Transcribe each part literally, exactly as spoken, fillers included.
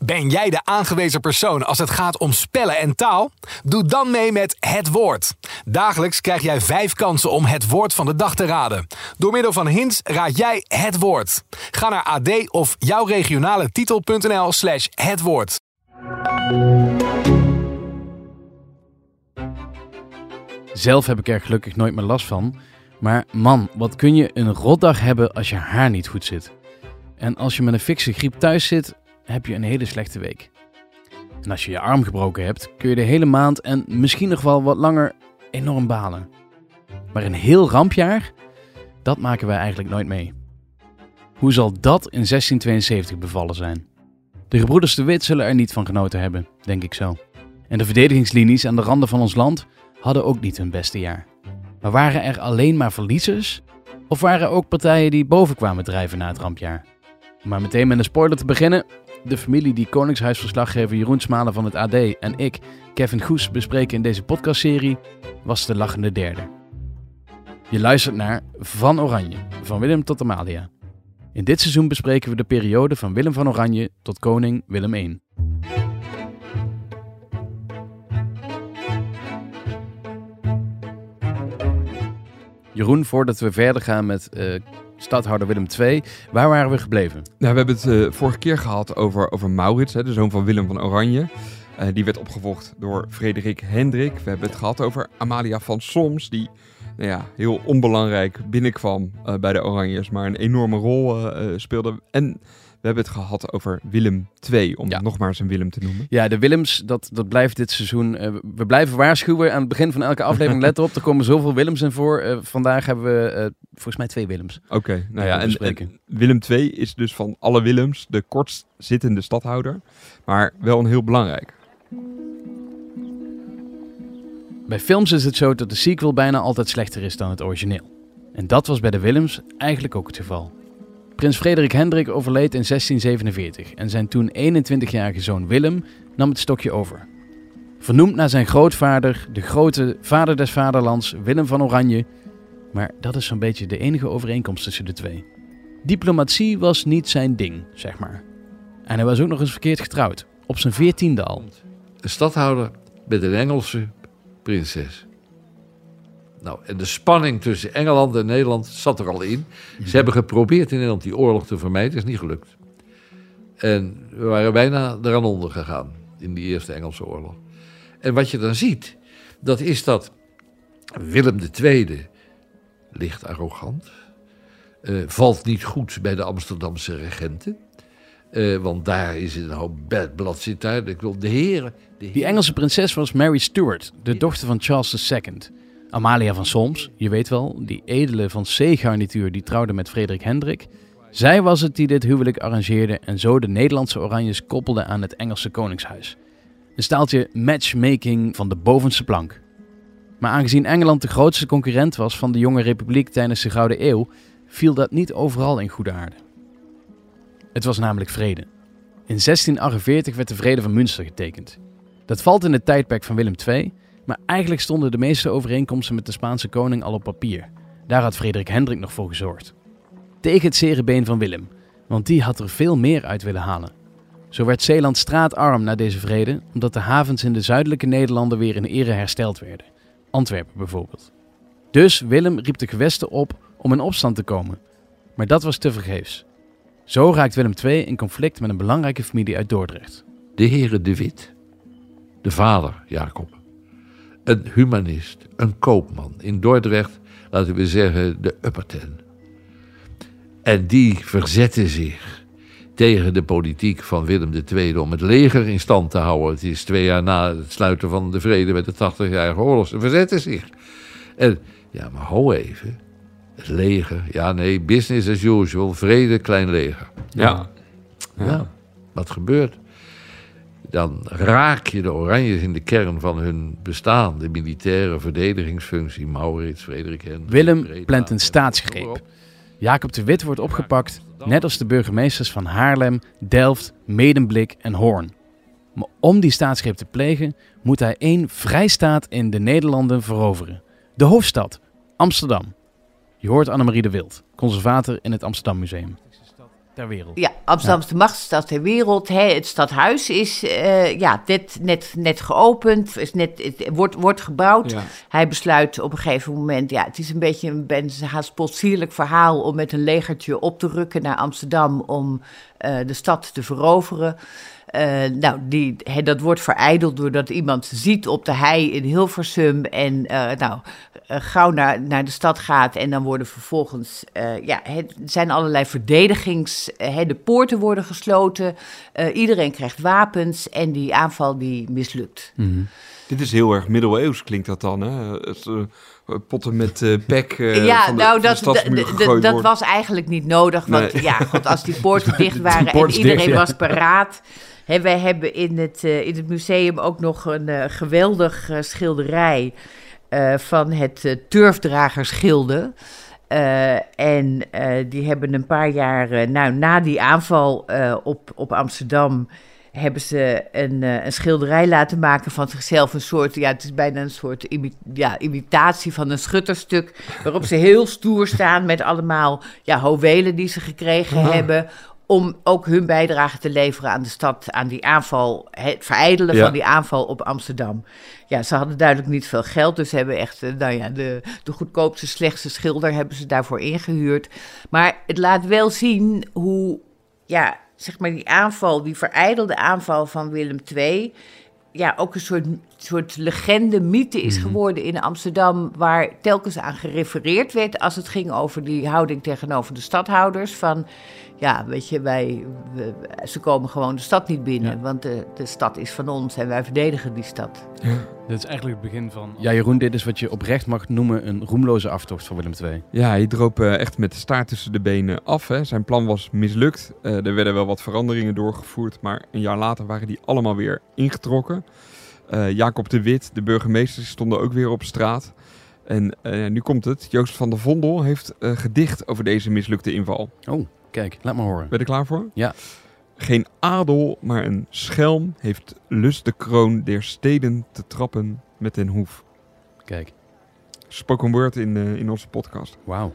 Ben jij de aangewezen persoon als het gaat om spellen en taal? Doe dan mee met Het Woord. Dagelijks krijg jij vijf kansen om het woord van de dag te raden. Door middel van hints raad jij het woord. Ga naar A D of jouwregionaletitel.nl slash het woord. Zelf heb ik er gelukkig nooit meer last van. Maar man, wat kun je een rotdag hebben als je haar niet goed zit. En als je met een fikse griep thuis zit, heb je een hele slechte week. En als je je arm gebroken hebt, kun je de hele maand en misschien nog wel wat langer enorm balen. Maar een heel rampjaar, dat maken wij eigenlijk nooit mee. Hoe zal dat in zestien tweeënzeventig bevallen zijn? De gebroeders de Wit zullen er niet van genoten hebben, denk ik zo. En de verdedigingslinies aan de randen van ons land hadden ook niet hun beste jaar. Maar waren er alleen maar verliezers? Of waren er ook partijen die boven kwamen drijven na het rampjaar? Om maar meteen met een spoiler te beginnen. De familie die Koningshuisverslaggever Jeroen Smalen van het A D en ik, Kevin Goes, bespreken in deze podcastserie was de lachende derde. Je luistert naar Van Oranje, van Willem tot Amalia. In dit seizoen bespreken we de periode van Willem van Oranje tot koning Willem de Eerste. Jeroen, voordat we verder gaan met uh, stadhouder Willem de Tweede, waar waren we gebleven? Nou, we hebben het uh, vorige keer gehad over, over Maurits, hè, de zoon van Willem van Oranje. Uh, die werd opgevolgd door Frederik Hendrik. We hebben het gehad over Amalia van Solms, die nou ja, heel onbelangrijk binnenkwam uh, bij de Oranjes, maar een enorme rol uh, speelde. En we hebben het gehad over Willem de Tweede, om ja. nog maar eens een Willem te noemen. Ja, de Willems, dat, dat blijft dit seizoen. Uh, we blijven waarschuwen aan het begin van elke aflevering. Let op, er komen zoveel Willems in voor. Uh, vandaag hebben we uh, volgens mij twee Willems. Oké, okay, nou ja, en, en Willem de Tweede is dus van alle Willems de kortstzittende stadhouder, maar wel een heel belangrijk. Bij films is het zo dat de sequel bijna altijd slechter is dan het origineel. En dat was bij de Willems eigenlijk ook het geval. Prins Frederik Hendrik overleed in zestien zevenenveertig en zijn toen eenentwintigjarige zoon Willem nam het stokje over. Vernoemd naar zijn grootvader, de grote vader des vaderlands, Willem van Oranje. Maar dat is zo'n beetje de enige overeenkomst tussen de twee. Diplomatie was niet zijn ding, zeg maar. En hij was ook nog eens verkeerd getrouwd, op zijn veertiende al. Een stadhouder met een Engelse prinses. Nou, en de spanning tussen Engeland en Nederland zat er al in. Ze hebben geprobeerd in Nederland die oorlog te vermijden. Dat is niet gelukt. En we waren bijna eraan onder gegaan in die Eerste Engelse oorlog. En wat je dan ziet, dat is dat Willem de Tweede licht arrogant. Uh, valt niet goed bij de Amsterdamse regenten. Uh, want daar is een hoop bad blood zit daar. Ik wil de heren... De heren. Die Engelse prinses was Mary Stuart, de dochter van Charles de Tweede. Amalia van Solms, je weet wel, die edele Van C-garnituur die trouwde met Frederik Hendrik. Zij was het die dit huwelijk arrangeerde en zo de Nederlandse Oranjes koppelde aan het Engelse koningshuis. Een staaltje matchmaking van de bovenste plank. Maar aangezien Engeland de grootste concurrent was van de jonge republiek tijdens de Gouden Eeuw, viel dat niet overal in goede aarde. Het was namelijk vrede. In zestien achtenveertig werd de Vrede van Münster getekend. Dat valt in het tijdperk van Willem de Tweede, maar eigenlijk stonden de meeste overeenkomsten met de Spaanse koning al op papier. Daar had Frederik Hendrik nog voor gezorgd. Tegen het zere been van Willem, want die had er veel meer uit willen halen. Zo werd Zeeland straatarm na deze vrede, omdat de havens in de zuidelijke Nederlanden weer in ere hersteld werden. Antwerpen bijvoorbeeld. Dus Willem riep de gewesten op om in opstand te komen. Maar dat was tevergeefs. Zo raakt Willem de Tweede in conflict met een belangrijke familie uit Dordrecht. De heren de Wit. De vader, Jacob. Een humanist, een koopman. In Dordrecht, laten we zeggen, de upper ten. En die verzetten zich tegen de politiek van Willem de Tweede om het leger in stand te houden. Het is twee jaar na het sluiten van de vrede met de tachtigjarige oorlog. Ze verzetten zich. En, ja, maar ho even. Het leger, ja nee, business as usual, vrede, klein leger. Ja. Ja, ja. Wat gebeurt? Dan raak je de Oranjes in de kern van hun bestaan. De militaire verdedigingsfunctie, Maurits, Frederik Hendrik. Willem plant een staatsgreep. Jacob de Wit wordt opgepakt, net als de burgemeesters van Haarlem, Delft, Medemblik en Hoorn. Maar om die staatsgreep te plegen, moet hij één vrijstaat in de Nederlanden veroveren. De hoofdstad, Amsterdam. Je hoort Annemarie de Wild, conservator in het Amsterdam Museum. ter wereld. Ja, Amsterdam is de machtigste stad ter wereld. Hè. Het stadhuis is uh, ja, net, net, net geopend, is net, het wordt, wordt gebouwd. Ja. Hij besluit op een gegeven moment, ja, het is een beetje een, een haast potsierlijk verhaal om met een legertje op te rukken naar Amsterdam om uh, de stad te veroveren. Uh, nou, die, he, dat wordt verijdeld doordat iemand ziet op de hei in Hilversum en uh, nou, uh, gauw naar, naar de stad gaat. En dan worden vervolgens, uh, ja, het zijn allerlei verdedigings, uh, he, de poorten worden gesloten. Uh, iedereen krijgt wapens en die aanval die mislukt. Mm-hmm. Dit is heel erg middeleeuws, klinkt dat dan, hè? Het, uh, potten met uh, pek uh, ja, van de, nou, van de dat, stadsmuur d- d- gegooid dat worden. was eigenlijk niet nodig. Want Nee. ja, god, als die poorten dicht waren Die poort is en iedereen dicht, ja. was paraat. Hè, wij hebben in het, uh, in het museum ook nog een uh, geweldig uh, schilderij uh, van het uh, Turfdragersgilde. Uh, en uh, die hebben een paar jaar uh, nou, na die aanval uh, op, op Amsterdam hebben ze een, uh, een schilderij laten maken van zichzelf. Een soort, ja, het is bijna een soort imi- ja, imitatie van een schutterstuk, waarop ze heel stoer staan met allemaal ja, houwelen die ze gekregen Ah. hebben, om ook hun bijdrage te leveren aan de stad, aan die aanval, het verijdelen Ja. van die aanval op Amsterdam. Ja, ze hadden duidelijk niet veel geld, dus ze hebben echt, uh, nou ja, de, de goedkoopste, slechtste schilder hebben ze daarvoor ingehuurd. Maar het laat wel zien hoe, ja, zeg maar die aanval, die verijdelde aanval van Willem de Tweede, ja, ook een soort, soort legende, mythe is geworden in Amsterdam, waar telkens aan gerefereerd werd als het ging over die houding tegenover de stadhouders. Van, ja, weet je, wij, we, ze komen gewoon de stad niet binnen, Ja. want de, de stad is van ons en wij verdedigen die stad. Dit is eigenlijk het begin van... Ja, Jeroen, dit is wat je oprecht mag noemen een roemloze aftocht van Willem de Tweede. Ja, hij droop uh, echt met de staart tussen de benen af. Hè. Zijn plan was mislukt. Uh, er werden wel wat veranderingen doorgevoerd, maar een jaar later waren die allemaal weer ingetrokken. Uh, Jacob de Wit, de burgemeester, stonden ook weer op straat. En uh, nu komt het. Joost van der Vondel heeft uh, gedicht over deze mislukte inval. Oh, kijk, laat maar horen. Ben je er klaar voor? Ja. Geen adel, maar een schelm heeft lust de kroon der steden te trappen met den hoef. Kijk, Spoken word in, uh, in onze podcast. wauw.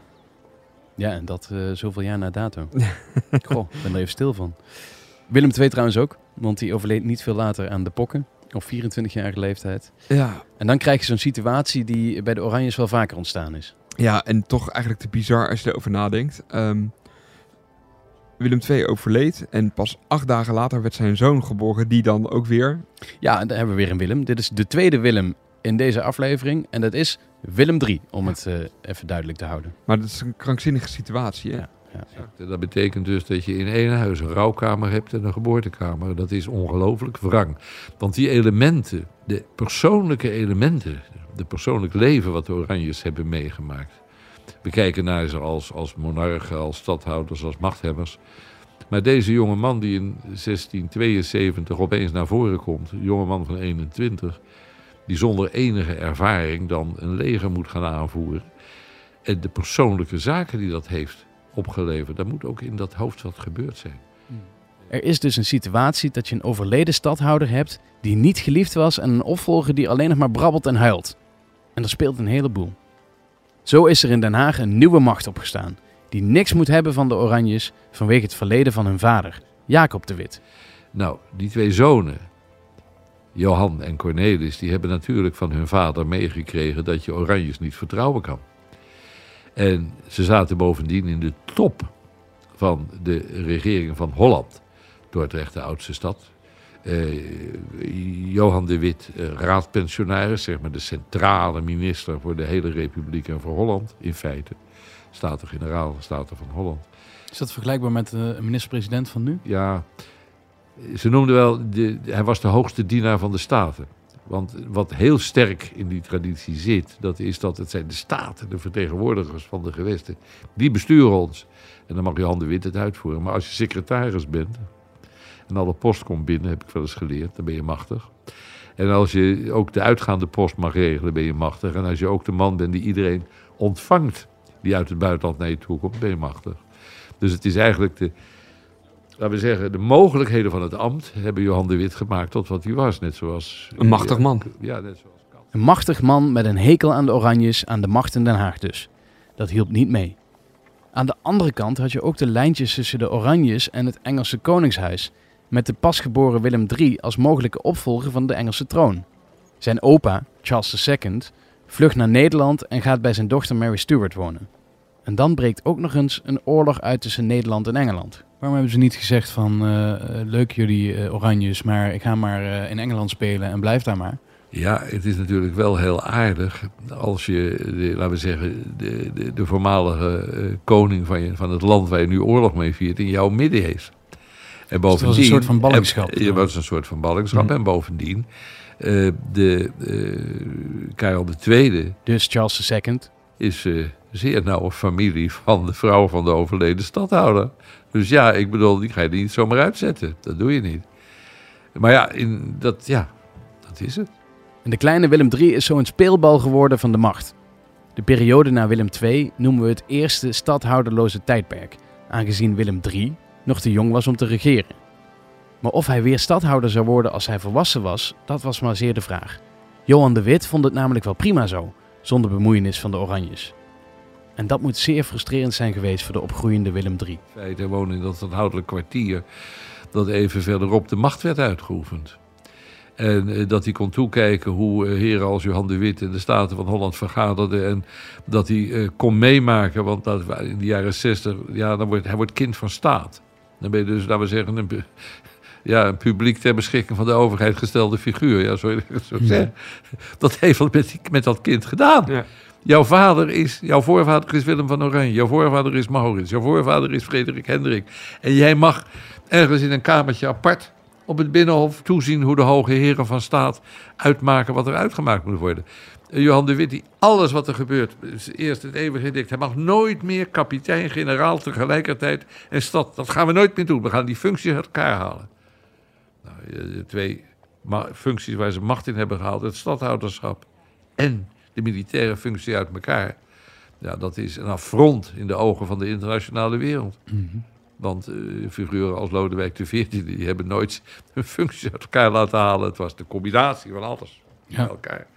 Ja, en dat uh, zoveel jaar na dato. Goh, ik ben er even stil van. Willem de Tweede trouwens ook, want die overleed niet veel later aan de pokken. Op vierentwintigjarige leeftijd. Ja. En dan krijg je zo'n situatie die bij de Oranjes wel vaker ontstaan is. Ja, en toch eigenlijk te bizar als je erover nadenkt. Um, Willem de Tweede overleed en pas acht dagen later werd zijn zoon geboren, die dan ook weer... Ja, en dan hebben we weer een Willem. Dit is de tweede Willem in deze aflevering. En dat is Willem de Derde, om het uh, even duidelijk te houden. Maar dat is een krankzinnige situatie, hè? Ja. Ja, ja. Dat betekent dus dat je in één huis een rouwkamer hebt en een geboortekamer. Dat is ongelooflijk wrang. Want die elementen, de persoonlijke elementen, de persoonlijk leven wat de Oranjes hebben meegemaakt. We kijken naar ze als, als monarchen, als stadhouders, als machthebbers. Maar deze jonge man die in zestien tweeënzeventig opeens naar voren komt, een jonge man van eenentwintig, die zonder enige ervaring dan een leger moet gaan aanvoeren. En de persoonlijke zaken die dat heeft opgeleverd, daar moet ook in dat hoofd wat gebeurd zijn. Er is dus een situatie dat je een overleden stadhouder hebt die niet geliefd was en een opvolger die alleen nog maar brabbelt en huilt. En er speelt een heleboel. Zo is er in Den Haag een nieuwe macht opgestaan, die niks moet hebben van de Oranjes vanwege het verleden van hun vader, Jacob de Wit. Nou, die twee zonen, Johan en Cornelis, die hebben natuurlijk van hun vader meegekregen dat je Oranjes niet vertrouwen kan. En ze zaten bovendien in de top van de regering van Holland. Dordrecht, de oudste stad. Uh, Johan de Wit, uh, raadpensionaris, zeg maar de centrale minister voor de hele Republiek en voor Holland, in feite. Staten-generaal, Staten van Holland. Is dat vergelijkbaar met de minister-president van nu? Ja, ze noemden wel, de, hij was de hoogste dienaar van de Staten. Want wat heel sterk in die traditie zit, dat is dat het zijn de staten, de vertegenwoordigers van de gewesten, die besturen ons. En dan mag Johan de Wit het uitvoeren. Maar als je secretaris bent en alle post komt binnen, heb ik wel eens geleerd, dan ben je machtig. En als je ook de uitgaande post mag regelen, ben je machtig. En als je ook de man bent die iedereen ontvangt die uit het buitenland naar je toe komt, ben je machtig. Dus het is eigenlijk de, laten we zeggen, de mogelijkheden van het ambt hebben Johan de Wit gemaakt tot wat hij was. Net zoals... Een machtig man. Ja, net zoals... Een machtig man met een hekel aan de Oranjes, aan de macht in Den Haag dus. Dat hielp niet mee. Aan de andere kant had je ook de lijntjes tussen de Oranjes en het Engelse koningshuis, met de pasgeboren Willem de Derde als mogelijke opvolger van de Engelse troon. Zijn opa, Charles de Tweede, vlucht naar Nederland en gaat bij zijn dochter Mary Stuart wonen. En dan breekt ook nog eens een oorlog uit tussen Nederland en Engeland. Waarom hebben ze niet gezegd van, uh, leuk jullie uh, Oranjes, maar ik ga maar uh, in Engeland spelen en blijf daar maar? Ja, het is natuurlijk wel heel aardig als je, de, laten we zeggen, de, de, de voormalige uh, koning van, je, van het land waar je nu oorlog mee viert in jouw midden heeft. En bovendien, dus het was een soort van ballingschap. Het was een soort van ballingschap. Mm. En bovendien, uh, de uh, Karel de Tweede... Dus Charles de Tweede... is uh, zeer nauwe familie van de vrouw van de overleden stadhouder. Dus ja, ik bedoel, die ga je er niet zomaar uitzetten. Dat doe je niet. Maar ja, in dat, ja, dat is het. En de kleine Willem de Derde is zo een speelbal geworden van de macht. De periode na Willem de Tweede noemen we het eerste stadhouderloze tijdperk, aangezien Willem de Derde nog te jong was om te regeren. Maar of hij weer stadhouder zou worden als hij volwassen was, dat was maar zeer de vraag. Johan de Witt vond het namelijk wel prima zo, zonder bemoeienis van de Oranjes. En dat moet zeer frustrerend zijn geweest voor de opgroeiende Willem de Derde. In feite, hij woonde in dat stadhouderlijk kwartier dat even verderop de macht werd uitgeoefend. En uh, dat hij kon toekijken hoe uh, heren als Johan de Witt in de Staten van Holland vergaderden. En dat hij uh, kon meemaken, want dat, in de jaren zestig, ja, dan wordt, hij wordt kind van staat. Dan ben je dus, laten we zeggen, een, ja, een publiek ter beschikking van de overheid gestelde figuur. Ja, zo, zo ja. Zeggen. Dat heeft wat met, die, met dat kind gedaan. Ja. Jouw vader is, jouw voorvader is Willem van Oranje. Jouw voorvader is Maurits. Jouw voorvader is Frederik Hendrik. En jij mag ergens in een kamertje apart op het Binnenhof toezien hoe de hoge heren van staat uitmaken wat er uitgemaakt moet worden. Johan de Witt, die alles wat er gebeurt, eerst het eeuwige edict, hij mag nooit meer kapitein, generaal tegelijkertijd en stad. Dat gaan we nooit meer doen. We gaan die functies uit elkaar halen. Nou, de twee functies waar ze macht in hebben gehaald, het stadhouderschap en de militaire functie uit elkaar. Ja, dat is een affront in de ogen van de internationale wereld. Mm-hmm. Want uh, figuren als Lodewijk de veertiende, die hebben nooit hun functie uit elkaar laten halen. Het was de combinatie van alles ja. bij elkaar.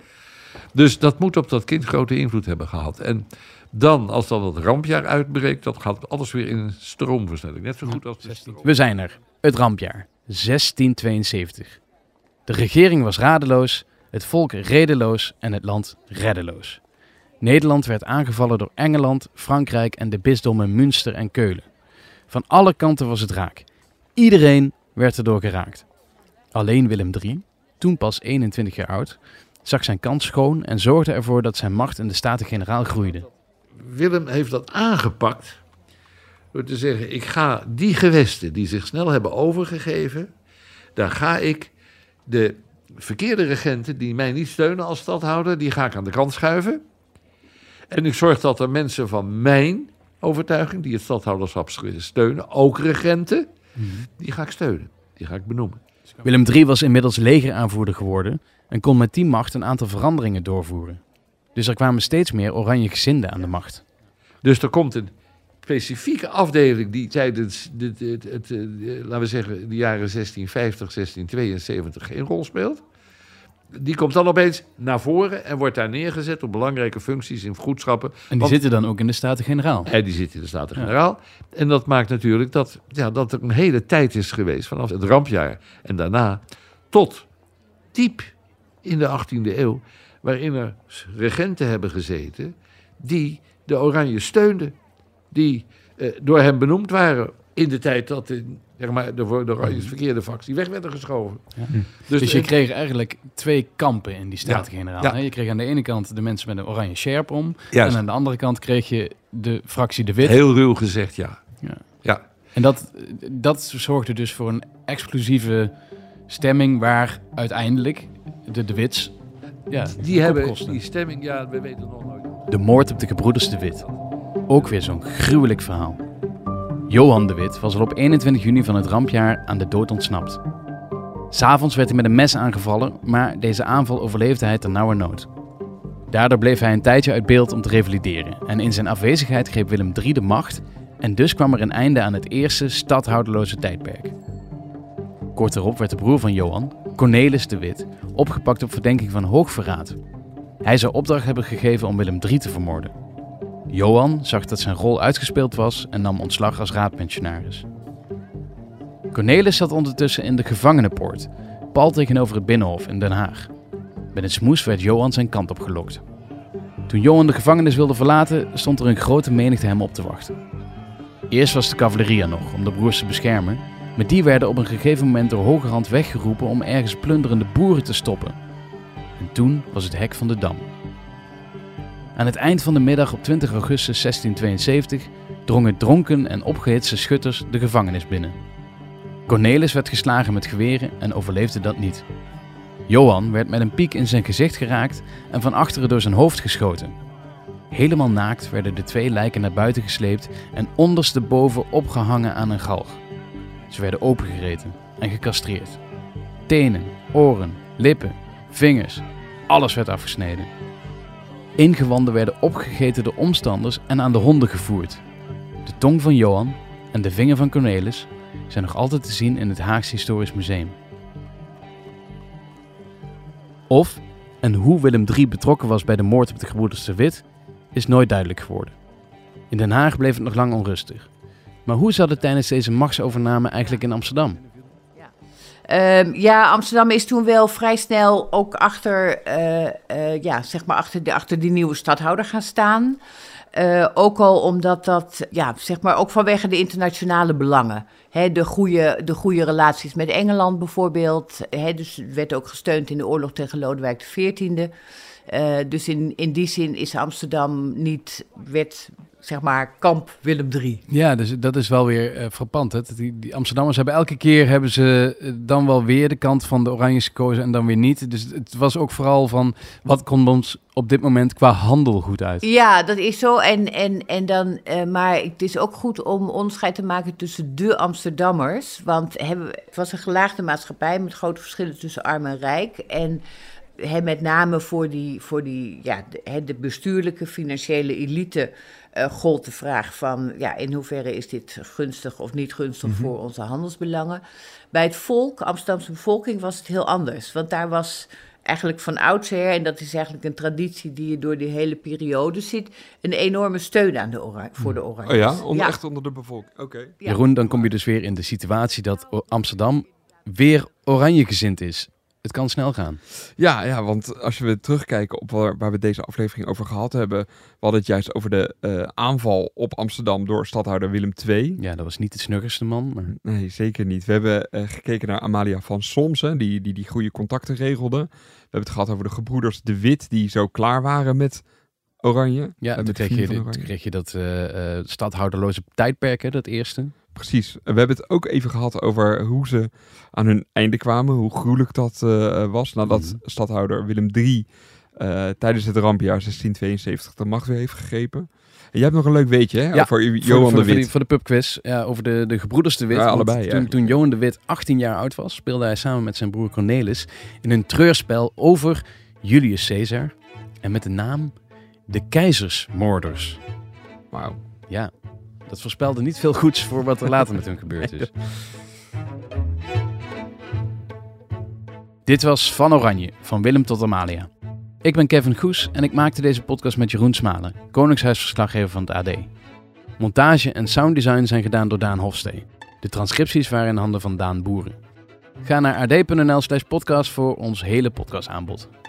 Dus dat moet op dat kind grote invloed hebben gehad. En dan, als dan het rampjaar uitbreekt, dat gaat alles weer in een stroomversnelling. Net zo goed als de stroom. We zijn er. Het rampjaar. zestien tweeënzeventig. De regering was radeloos, het volk redeloos en het land reddeloos. Nederland werd aangevallen door Engeland, Frankrijk en de bisdommen Münster en Keulen. Van alle kanten was het raak. Iedereen werd erdoor geraakt. Alleen Willem de Derde, toen pas eenentwintig jaar oud, zag zijn kans schoon en zorgde ervoor dat zijn macht in de Staten-Generaal groeide. Willem heeft dat aangepakt door te zeggen, ik ga die gewesten die zich snel hebben overgegeven, daar ga ik de verkeerde regenten die mij niet steunen als stadhouder, die ga ik aan de kant schuiven. En ik zorg dat er mensen van mijn overtuiging, die het stadhouderschap steunen, ook regenten, mm-hmm. die ga ik steunen, die ga ik benoemen. Willem de Derde was inmiddels legeraanvoerder geworden en kon met die macht een aantal veranderingen doorvoeren. Dus er kwamen steeds meer oranje gezinden aan de macht. Dus er komt een specifieke afdeling die tijdens de, de, de, de, de, laten we zeggen, de jaren zestien vijftig, zestien tweeënzeventig geen rol speelt. Die komt dan opeens naar voren en wordt daar neergezet op belangrijke functies in goedschappen. En die Want, zitten dan ook in de Staten-Generaal. En die zitten in de Staten-Generaal. Ja. En dat maakt natuurlijk dat, ja, dat er een hele tijd is geweest, vanaf het rampjaar en daarna, tot diep in de achttiende eeuw, waarin er regenten hebben gezeten die de Oranje steunden. Die eh, door hem benoemd waren in de tijd dat de, zeg maar, de, de Oranjes verkeerde factie weg werden geschoven. Ja. Dus, dus je kreeg eigenlijk twee kampen in die Staten-Generaal. Ja. Ja. Je kreeg aan de ene kant de mensen met een oranje sjerp om. Juist. En aan de andere kant kreeg je de fractie de Witt. Heel ruw gezegd, ja. ja. ja. En dat, dat zorgde dus voor een explosieve stemming waar uiteindelijk de de Witts... Ja, die hebben die stemming, ja, we weten nog nooit. De moord op de gebroeders de Witt. Ook weer zo'n gruwelijk verhaal. Johan de Witt was al op eenentwintig juni van het rampjaar aan de dood ontsnapt. 'S Avonds werd hij met een mes aangevallen, maar deze aanval overleefde hij ter nauwe nood. Daardoor bleef hij een tijdje uit beeld om te revalideren en in zijn afwezigheid greep Willem de Derde de macht en dus kwam er een einde aan het eerste stadhouderloze tijdperk. Kort daarop werd de broer van Johan, Cornelis de Witt, opgepakt op verdenking van hoogverraad. Hij zou opdracht hebben gegeven om Willem de Derde te vermoorden. Johan zag dat zijn rol uitgespeeld was en nam ontslag als raadpensionaris. Cornelis zat ondertussen in de gevangenenpoort, pal tegenover het Binnenhof in Den Haag. Met een smoes werd Johan zijn kant op gelokt. Toen Johan de gevangenis wilde verlaten, stond er een grote menigte hem op te wachten. Eerst was de cavalerie er nog om de broers te beschermen, maar die werden op een gegeven moment door Hogerhand weggeroepen om ergens plunderende boeren te stoppen. En toen was het hek van de Dam. Aan het eind van de middag op twintig augustus zestienhonderdtweeënzeventig drongen dronken en opgehitste schutters de gevangenis binnen. Cornelis werd geslagen met geweren en overleefde dat niet. Johan werd met een piek in zijn gezicht geraakt en van achteren door zijn hoofd geschoten. Helemaal naakt werden de twee lijken naar buiten gesleept en ondersteboven opgehangen aan een galg. Ze werden opengereten en gecastreerd. Tenen, oren, lippen, vingers, alles werd afgesneden. Ingewanden werden opgegeten door omstanders en aan de honden gevoerd. De tong van Johan en de vinger van Cornelis zijn nog altijd te zien in het Haags Historisch Museum. Of en hoe Willem de Derde betrokken was bij de moord op de gebroeders de Wit is nooit duidelijk geworden. In Den Haag bleef het nog lang onrustig. Maar hoe zat het tijdens deze machtsovername eigenlijk in Amsterdam? Um, ja, Amsterdam is toen wel vrij snel ook achter, uh, uh, ja, zeg maar achter, de, achter die nieuwe stadhouder gaan staan. Uh, ook al omdat dat, ja, zeg maar ook vanwege de internationale belangen. Hè, de goede, de goede relaties met Engeland bijvoorbeeld. Hè, dus het werd ook gesteund in de oorlog tegen Lodewijk de veertiende. Uh, dus in, in die zin is Amsterdam niet, werd, zeg maar, kamp Willem de Derde. Ja, dus dat is wel weer uh, frappant. Hè? Die, die Amsterdammers hebben elke keer hebben ze uh, dan wel weer de kant van de Oranjes gekozen en dan weer niet. Dus het was ook vooral van, wat komt ons op dit moment qua handel goed uit? Ja, dat is zo. En, en, en dan, uh, maar het is ook goed om onderscheid te maken tussen de Amsterdammers. Want hebben, het was een gelaagde maatschappij met grote verschillen tussen arm en rijk. En He, met name voor die, voor die ja, de, de bestuurlijke, financiële elite uh, gold de vraag van, ja, in hoeverre is dit gunstig of niet gunstig mm-hmm. voor onze handelsbelangen. Bij het volk, Amsterdamse bevolking, was het heel anders. Want daar was eigenlijk van oudsher, en dat is eigenlijk een traditie die je door die hele periode ziet, een enorme steun aan de oranje, voor de Oranjes. Oh ja, onder, ja. Echt onder de bevolking. Oké. Okay. Ja. Jeroen, dan kom je dus weer in de situatie dat Amsterdam weer oranjegezind is. Het kan snel gaan. Ja, ja, want als je weer terugkijken op waar, waar we deze aflevering over gehad hebben, we hadden het juist over de uh, aanval op Amsterdam door stadhouder Willem de Tweede. Ja, dat was niet de snuggerste man. Maar... Nee, zeker niet. We hebben uh, gekeken naar Amalia van Solms, hè, die, die die goede contacten regelde. We hebben het gehad over de gebroeders de Wit, die zo klaar waren met Oranje. Ja, toen kreeg, je, toen kreeg je dat uh, uh, stadhouderloze tijdperk, hè, dat eerste. Precies. We hebben het ook even gehad over hoe ze aan hun einde kwamen, hoe gruwelijk dat uh, was nadat mm-hmm. stadhouder Willem de Derde uh, tijdens het rampjaar zestienhonderdtweeënzeventig de macht weer heeft gegrepen. En jij hebt nog een leuk weetje, hè? Ja, over Johan voor, voor de Wit. Voor, die, voor de pubquiz, ja, over de, de gebroeders de Wit. Ja, allebei. Toen, toen Johan de Wit achttien jaar oud was, speelde hij samen met zijn broer Cornelis in een treurspel over Julius Caesar en met de naam De Keizersmoorders. Wauw. Ja. Dat voorspelde niet veel goeds voor wat er later met hun gebeurd is. Dit was Van Oranje, van Willem tot Amalia. Ik ben Kevin Goes en ik maakte deze podcast met Jeroen Smalen, Koningshuisverslaggever van het A D. Montage en sounddesign zijn gedaan door Daan Hofstee. De transcripties waren in handen van Daan Boeren. Ga naar a d punt n l slash podcast voor ons hele podcastaanbod.